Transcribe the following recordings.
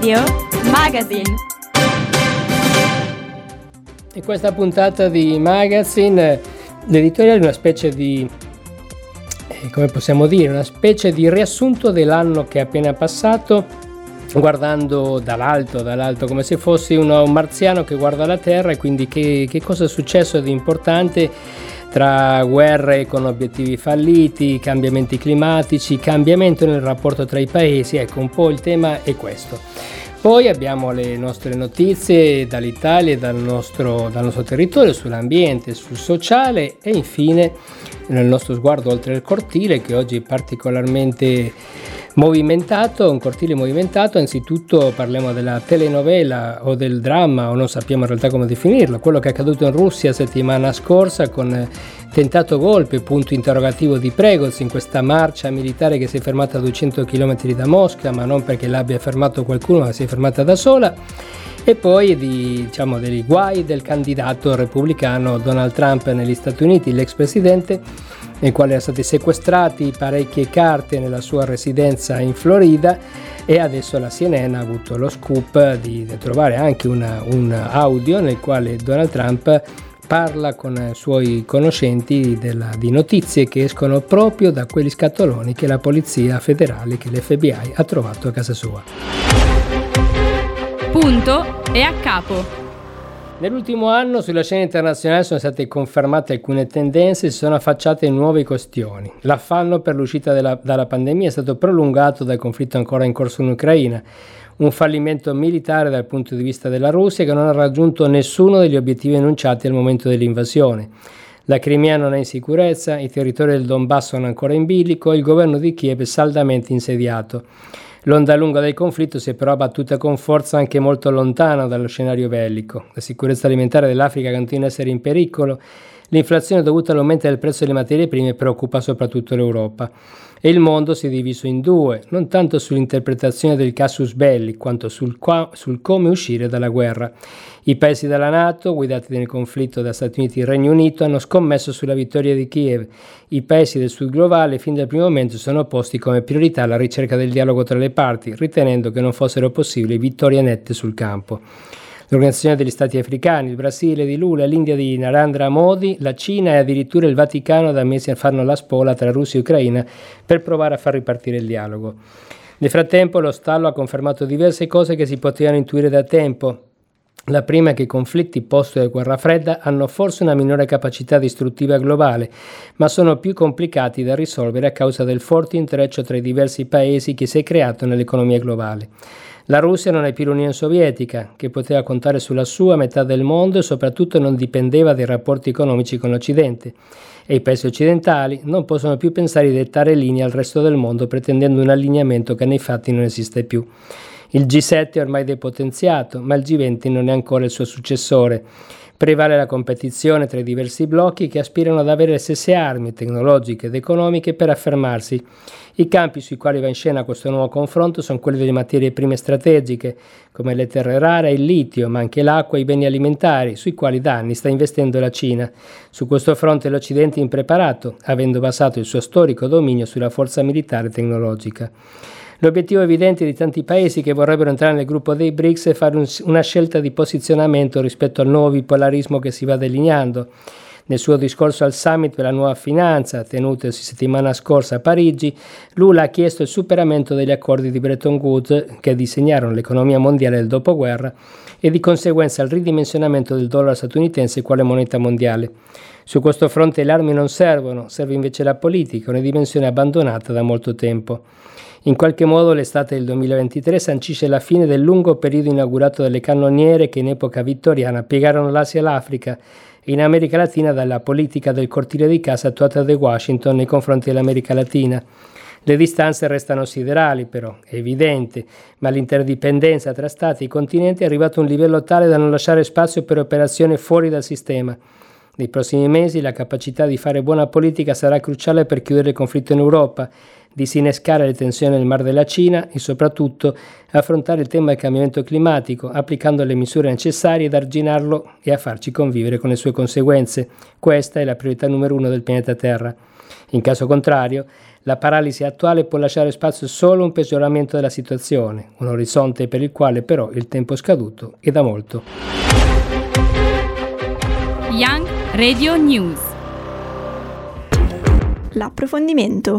Radio Magazine. In questa puntata di Magazine l'editoriale è una specie di, come possiamo dire, una specie di riassunto dell'anno che è appena passato, guardando dall'alto, come se fossi un marziano che guarda la Terra, e quindi che cosa è successo di importante tra guerre con obiettivi falliti, cambiamenti climatici, cambiamento nel rapporto tra i paesi. Ecco, un po' il tema è questo. Poi abbiamo le nostre notizie dall'Italia e dal nostro territorio, sull'ambiente, sul sociale, e infine nel nostro sguardo oltre il cortile, che oggi è particolarmente movimentato, un cortile movimentato. Anzitutto parliamo della telenovela o del dramma, o non sappiamo in realtà come definirlo, quello che è accaduto in Russia settimana scorsa con tentato golpe, punto interrogativo di Prigozhin, questa marcia militare che si è fermata a 200 km da Mosca, ma non perché l'abbia fermato qualcuno, ma si è fermata da sola. E poi dei guai del candidato repubblicano Donald Trump negli Stati Uniti, l'ex presidente, nel quale erano stati sequestrati parecchie carte nella sua residenza in Florida, e adesso la CNN ha avuto lo scoop di trovare anche un audio nel quale Donald Trump parla con suoi conoscenti di notizie che escono proprio da quegli scatoloni che la polizia federale, che l'FBI ha trovato a casa sua. Punto e a capo. Nell'ultimo anno sulla scena internazionale sono state confermate alcune tendenze e si sono affacciate nuove questioni. L'affanno per l'uscita dalla pandemia è stato prolungato dal conflitto ancora in corso in Ucraina, un fallimento militare dal punto di vista della Russia che non ha raggiunto nessuno degli obiettivi enunciati al momento dell'invasione. La Crimea non è in sicurezza, i territori del Donbass sono ancora in bilico, il governo di Kiev è saldamente insediato. L'onda lunga del conflitto si è però abbattuta con forza anche molto lontano dallo scenario bellico. La sicurezza alimentare dell'Africa continua a essere in pericolo. L'inflazione dovuta all'aumento del prezzo delle materie prime preoccupa soprattutto l'Europa. E il mondo si è diviso in due, non tanto sull'interpretazione del casus belli, quanto sul come uscire dalla guerra. I paesi della NATO, guidati nel conflitto da Stati Uniti e Regno Unito, hanno scommesso sulla vittoria di Kiev. I paesi del sud globale, fin dal primo momento, sono posti come priorità alla ricerca del dialogo tra le parti, ritenendo che non fossero possibili vittorie nette sul campo. L'Organizzazione degli Stati Africani, il Brasile di Lula, l'India di Narendra Modi, la Cina e addirittura il Vaticano da mesi fanno la spola tra Russia e Ucraina per provare a far ripartire il dialogo. Nel frattempo lo stallo ha confermato diverse cose che si potevano intuire da tempo. La prima è che i conflitti post guerra fredda hanno forse una minore capacità distruttiva globale, ma sono più complicati da risolvere a causa del forte intreccio tra i diversi paesi che si è creato nell'economia globale. La Russia non è più l'Unione Sovietica, che poteva contare sulla sua metà del mondo e soprattutto non dipendeva dai rapporti economici con l'Occidente. E i paesi occidentali non possono più pensare di dettare linee al resto del mondo pretendendo un allineamento che nei fatti non esiste più. Il G7 è ormai depotenziato, ma il G20 non è ancora il suo successore. Prevale la competizione tra i diversi blocchi che aspirano ad avere le stesse armi tecnologiche ed economiche per affermarsi. I campi sui quali va in scena questo nuovo confronto sono quelli delle materie prime strategiche, come le terre rare e il litio, ma anche l'acqua e i beni alimentari, sui quali da anni sta investendo la Cina. Su questo fronte l'Occidente è impreparato, avendo basato il suo storico dominio sulla forza militare e tecnologica. L'obiettivo evidente di tanti paesi che vorrebbero entrare nel gruppo dei BRICS è fare una scelta di posizionamento rispetto al nuovo bipolarismo che si va delineando. Nel suo discorso al summit per la nuova finanza, tenutosi settimana scorsa a Parigi, Lula ha chiesto il superamento degli accordi di Bretton Woods che disegnarono l'economia mondiale del dopoguerra e di conseguenza il ridimensionamento del dollaro statunitense quale moneta mondiale. Su questo fronte le armi non servono, serve invece la politica, una dimensione abbandonata da molto tempo. In qualche modo l'estate del 2023 sancisce la fine del lungo periodo inaugurato dalle cannoniere che in epoca vittoriana piegarono l'Asia e l'Africa, e in America Latina dalla politica del cortile di casa attuata da Washington nei confronti dell'America Latina. Le distanze restano siderali però, è evidente, ma l'interdipendenza tra stati e continenti è arrivato a un livello tale da non lasciare spazio per operazioni fuori dal sistema. Nei prossimi mesi la capacità di fare buona politica sarà cruciale per chiudere il conflitto in Europa. disinnescare le tensioni nel Mar della Cina e soprattutto affrontare il tema del cambiamento climatico, applicando le misure necessarie ad arginarlo e a farci convivere con le sue conseguenze. Questa è la priorità numero 1 del pianeta Terra. In caso contrario, la paralisi attuale può lasciare spazio solo a un peggioramento della situazione, un orizzonte per il quale però il tempo è scaduto e da molto. Young Radio News. L'approfondimento.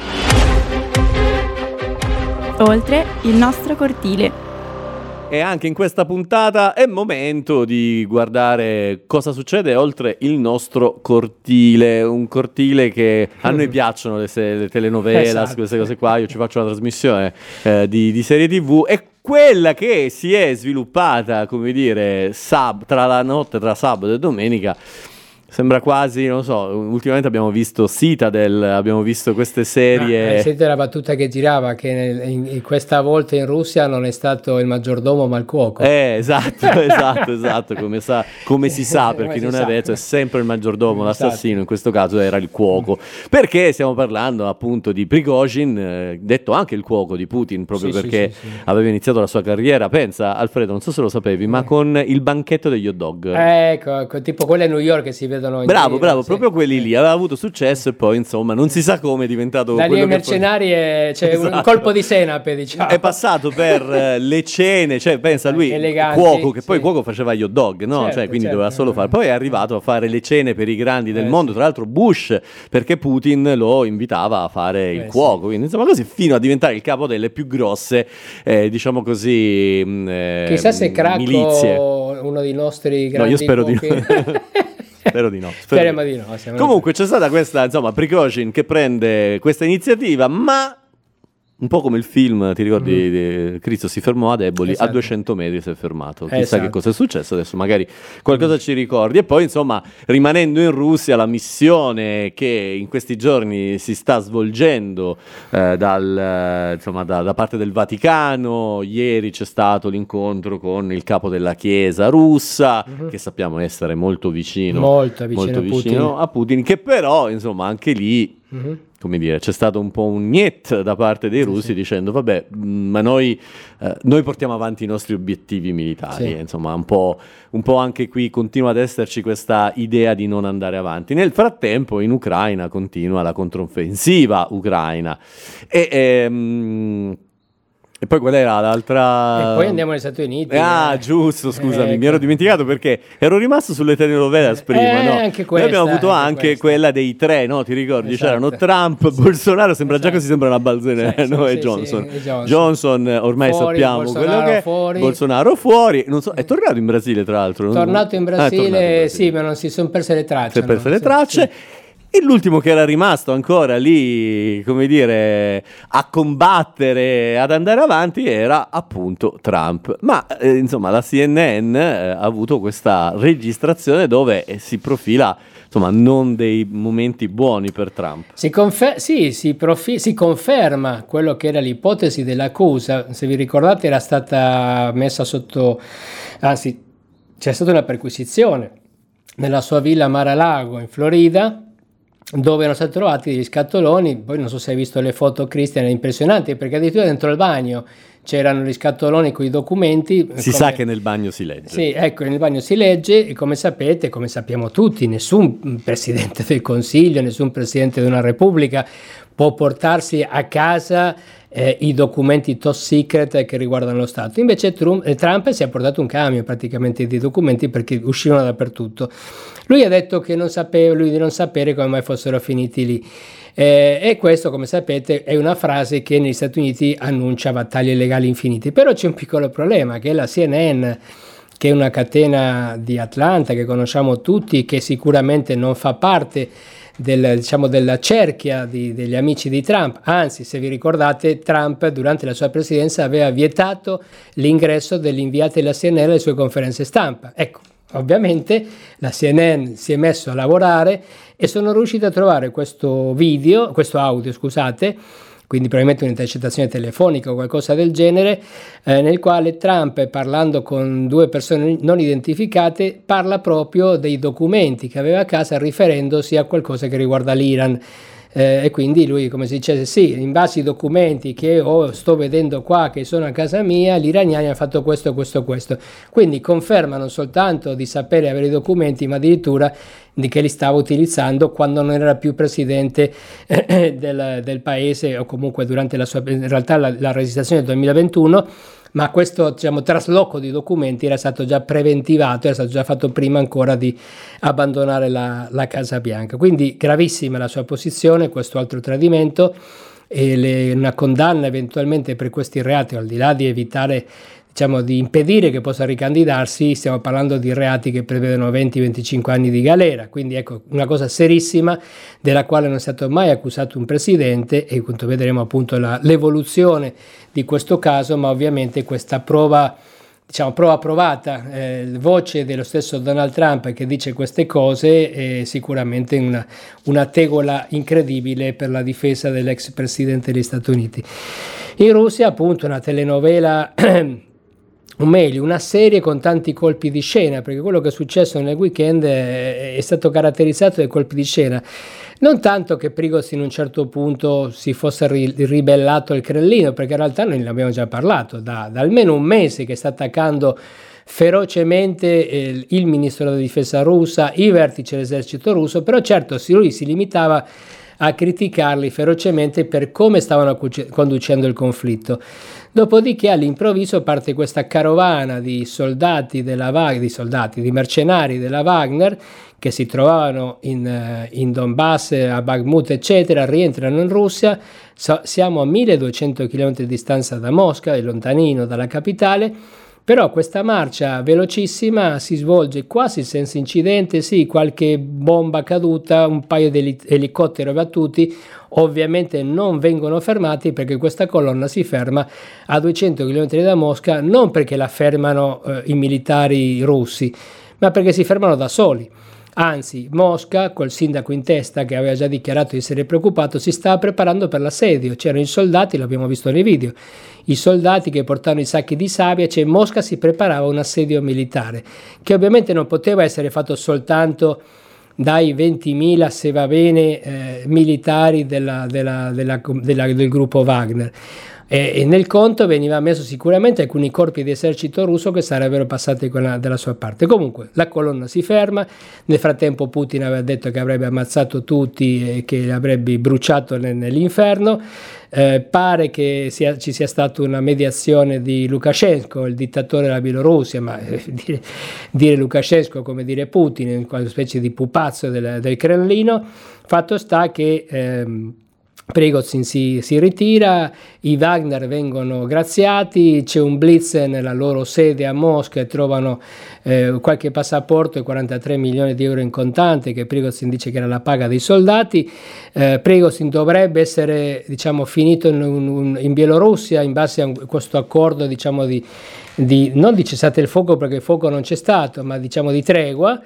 Oltre il nostro cortile. E anche in questa puntata è momento di guardare cosa succede oltre il nostro cortile, un cortile che a noi piacciono le telenovelas, esatto. Queste cose qua. Io ci faccio una trasmissione di serie TV e quella che si è sviluppata, come dire, tra la notte tra sabato e domenica. Sembra quasi, non so, ultimamente abbiamo visto Citadel, abbiamo visto queste serie... Sentite la battuta che girava, che questa volta in Russia non è stato il maggiordomo ma il cuoco. Esatto, come si sa, per chi non è detto, è sempre il maggiordomo, l'assassino, in questo caso era il cuoco. Perché stiamo parlando appunto di Prigozhin, detto anche il cuoco di Putin, proprio perché aveva iniziato la sua carriera, pensa Alfredo, non so se lo sapevi, ma con il banchetto degli hot dog. Ecco, tipo quelle a New York che si vede. Bravo, proprio quelli lì, aveva avuto successo e poi insomma non si sa come è diventato da lì ai mercenari esatto. Un colpo di senape, diciamo. È passato per le cene, cioè pensa lui, eleganti, cuoco, che poi cuoco faceva gli hot dog, no? Certo, cioè quindi doveva solo fare, poi è arrivato a fare le cene per i grandi del mondo, tra l'altro Bush, perché Putin lo invitava a fare il cuoco, quindi insomma così fino a diventare il capo delle più grosse, diciamo così, chissà se Cracco, milizie. uno dei nostri grandi io spero cuochi. di no. Spero di no. Speriamo di no. Comunque c'è stata questa, insomma, Prigozhin che prende questa iniziativa, ma un po' come il film, ti ricordi, di Cristo si fermò ad Eboli, a 200 metri si è fermato. Chissà che cosa è successo, adesso magari qualcosa ci ricordi. E poi, insomma, rimanendo in Russia, la missione che in questi giorni si sta svolgendo da parte del Vaticano. Ieri c'è stato l'incontro con il capo della Chiesa russa, che sappiamo essere molto vicino a Putin, che però, insomma, anche lì... come dire, c'è stato un po' un niet da parte dei russi dicendo vabbè, ma noi portiamo avanti i nostri obiettivi militari, insomma un po' anche qui continua ad esserci questa idea di non andare avanti. Nel frattempo in Ucraina continua la controffensiva ucraina e poi qual era l'altra? E poi andiamo negli Stati Uniti. Giusto, scusami, mi ero dimenticato perché ero rimasto sulle telenovelas prima, no? Anche questa, noi abbiamo avuto anche quella dei tre, no? Ti ricordi? Esatto. C'erano Trump, Bolsonaro, sembra già così, sembra una barzelletta, no? E Johnson. Johnson ormai fuori, sappiamo Bolsonaro quello che è. Fuori. Bolsonaro fuori. Non so, è tornato in Brasile, tra l'altro. Tornato in Brasile, sì, ma non si sono perse le tracce. Si è perse le tracce. E l'ultimo che era rimasto ancora lì, come dire, a combattere, ad andare avanti, era appunto Trump. Ma insomma la CNN ha avuto questa registrazione dove si profila, insomma, non dei momenti buoni per Trump. Si conferma quello che era l'ipotesi dell'accusa. Se vi ricordate era stata messa sotto, anzi c'è stata una perquisizione nella sua villa Mar-a-Lago in Florida, dove erano stati trovati degli scatoloni. Poi non so se hai visto le foto, Cristian, impressionanti, perché addirittura dentro il bagno c'erano gli scatoloni con i documenti. Sa che nel bagno si legge. Sì, ecco, nel bagno si legge e come sapete, come sappiamo tutti, nessun presidente del Consiglio, nessun presidente di una repubblica può portarsi a casa i documenti top secret che riguardano lo Stato. Invece Trump si è portato un camion praticamente di documenti perché uscivano dappertutto. Lui ha detto che lui di non sapere come mai fossero finiti lì. E questo, come sapete, è una frase che negli Stati Uniti annuncia battaglie legali infinite. Però c'è un piccolo problema, che la CNN, che è una catena di Atlanta che conosciamo tutti, che sicuramente non fa parte della cerchia degli amici di Trump. Anzi, se vi ricordate, Trump durante la sua presidenza aveva vietato l'ingresso degli inviati della CNN alle sue conferenze stampa. Ecco, ovviamente la CNN si è messo a lavorare e sono riusciti a trovare questo audio, quindi probabilmente un'intercettazione telefonica o qualcosa del genere, nel quale Trump, parlando con due persone non identificate, parla proprio dei documenti che aveva a casa riferendosi a qualcosa che riguarda l'Iran. e quindi lui, come si dice, sì, in base ai documenti che sto vedendo qua, che sono a casa mia, gli iraniani hanno fatto questo. Quindi conferma non soltanto di sapere avere i documenti, ma addirittura di che li stava utilizzando quando non era più presidente del paese, o comunque durante la sua, in realtà la registrazione del 2021, ma questo, diciamo, trasloco di documenti era stato già preventivato, era stato già fatto prima ancora di abbandonare la Casa Bianca. Quindi gravissima la sua posizione, questo altro tradimento, e una condanna eventualmente per questi reati, al di là di evitare, diciamo, di impedire che possa ricandidarsi. Stiamo parlando di reati che prevedono 20-25 anni di galera, quindi ecco, una cosa serissima della quale non è stato mai accusato un presidente, e appunto vedremo appunto l'evoluzione di questo caso, ma ovviamente questa prova provata, voce dello stesso Donald Trump che dice queste cose, è sicuramente una tegola incredibile per la difesa dell'ex presidente degli Stati Uniti. In Russia appunto una telenovela o meglio una serie con tanti colpi di scena, perché quello che è successo nel weekend è stato caratterizzato dai colpi di scena. Non tanto che Prigozhin in un certo punto si fosse ribellato al Cremlino, perché in realtà noi ne abbiamo già parlato, da almeno un mese che sta attaccando ferocemente il ministro della difesa russa, i vertici dell'esercito russo, però certo lui si limitava a criticarli ferocemente per come stavano conducendo il conflitto. Dopodiché all'improvviso parte questa carovana di soldati di mercenari della Wagner che si trovavano in Donbass, a Bakhmut eccetera, rientrano in Russia. Siamo a 1200 km di distanza da Mosca, è lontanino dalla capitale, però questa marcia velocissima si svolge quasi senza incidente, sì, qualche bomba caduta, un paio di elicotteri abbattuti, ovviamente non vengono fermati perché questa colonna si ferma a 200 km da Mosca, non perché la fermano i militari russi, ma perché si fermano da soli. Anzi, Mosca, col sindaco in testa che aveva già dichiarato di essere preoccupato, si stava preparando per l'assedio. C'erano i soldati, l'abbiamo visto nei video, i soldati che portavano i sacchi di sabbia, cioè Mosca si preparava a un assedio militare, che ovviamente non poteva essere fatto soltanto dai 20.000, se va bene, militari del gruppo Wagner. E nel conto veniva messo sicuramente alcuni corpi di esercito russo che sarebbero passati dalla sua parte. Comunque la colonna si ferma. Nel frattempo Putin aveva detto che avrebbe ammazzato tutti e che li avrebbe bruciato nell'inferno. Pare che ci sia stata una mediazione di Lukashenko, il dittatore della Bielorussia, ma dire Lukashenko come dire Putin, in una specie di pupazzo del Cremlino. Fatto sta che Prigozhin si ritira, i Wagner vengono graziati, c'è un blitz nella loro sede a Mosca e trovano qualche passaporto e 43 milioni di euro in contante che Prigozhin dice che era la paga dei soldati. Prigozhin dovrebbe essere, diciamo, finito in Bielorussia in base a questo accordo, diciamo, non di cessate il fuoco, perché il fuoco non c'è stato, ma diciamo di tregua.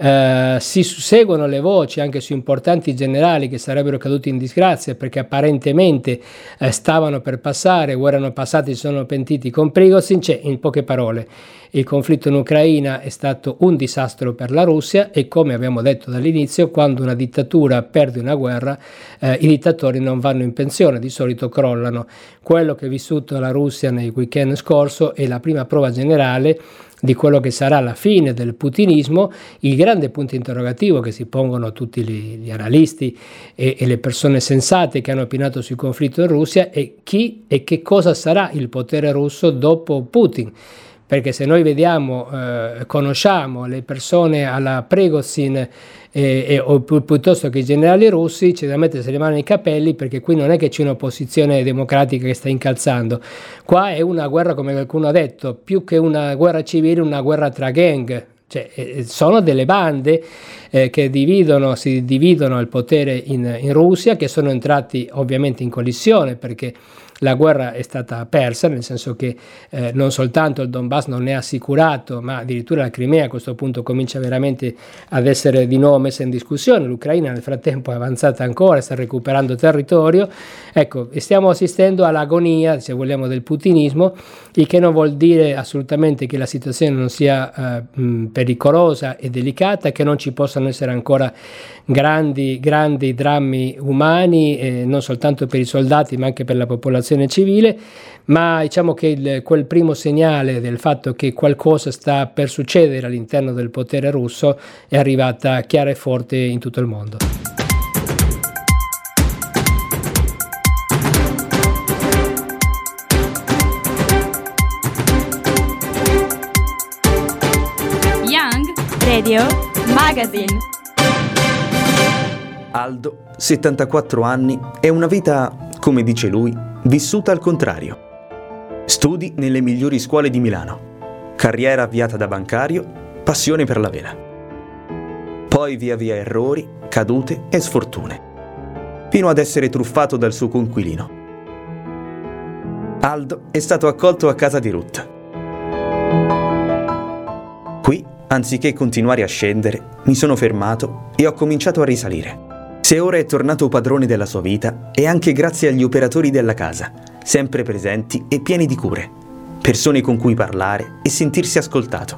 Si susseguono le voci anche su importanti generali che sarebbero caduti in disgrazia perché apparentemente stavano per passare o erano passati, si sono pentiti con Prigozhin. Cioè, in poche parole, il conflitto in Ucraina è stato un disastro per la Russia e, come abbiamo detto dall'inizio, quando una dittatura perde una guerra, i dittatori non vanno in pensione, di solito crollano. Quello che ha vissuto la Russia nel weekend scorso è la prima prova generale di quello che sarà la fine del putinismo. Il grande punto interrogativo che si pongono tutti gli analisti e le persone sensate che hanno opinato sul conflitto in Russia è chi e che cosa sarà il potere russo dopo Putin. Perché se noi vediamo, conosciamo le persone alla Prigozhin o piuttosto che i generali russi, c'è da mettersi le mani nei capelli, perché qui non è che c'è un'opposizione democratica che sta incalzando. Qua è una guerra, come qualcuno ha detto, più che una guerra civile, una guerra tra gang. Cioè, sono delle bande che si dividono il potere in Russia, che sono entrati ovviamente in collisione perché la guerra è stata persa, nel senso che non soltanto il Donbass non è assicurato, ma addirittura la Crimea a questo punto comincia veramente ad essere di nuovo messa in discussione. L'Ucraina nel frattempo è avanzata ancora, sta recuperando territorio. Ecco, stiamo assistendo all'agonia, se vogliamo, del putinismo, il che non vuol dire assolutamente che la situazione non sia pericolosa e delicata, che non ci possano essere ancora grandi drammi umani, non soltanto per i soldati ma anche per la popolazione civile, ma diciamo che quel primo segnale del fatto che qualcosa sta per succedere all'interno del potere russo è arrivata chiara e forte in tutto il mondo. Young Radio Magazine. Aldo, 74 anni, è una vita, come dice lui, vissuta al contrario. Studi nelle migliori scuole di Milano, carriera avviata da bancario, passione per la vela. Poi via via errori, cadute e sfortune, fino ad essere truffato dal suo coinquilino. Aldo è stato accolto a casa di Ruth. Qui, anziché continuare a scendere, mi sono fermato e ho cominciato a risalire. Se ora è tornato padrone della sua vita, è anche grazie agli operatori della casa, sempre presenti e pieni di cure, persone con cui parlare e sentirsi ascoltato.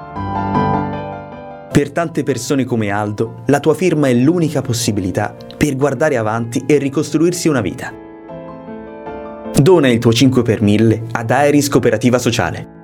Per tante persone come Aldo, la tua firma è l'unica possibilità per guardare avanti e ricostruirsi una vita. Dona il tuo 5 per 1000 ad Aeris Cooperativa Sociale.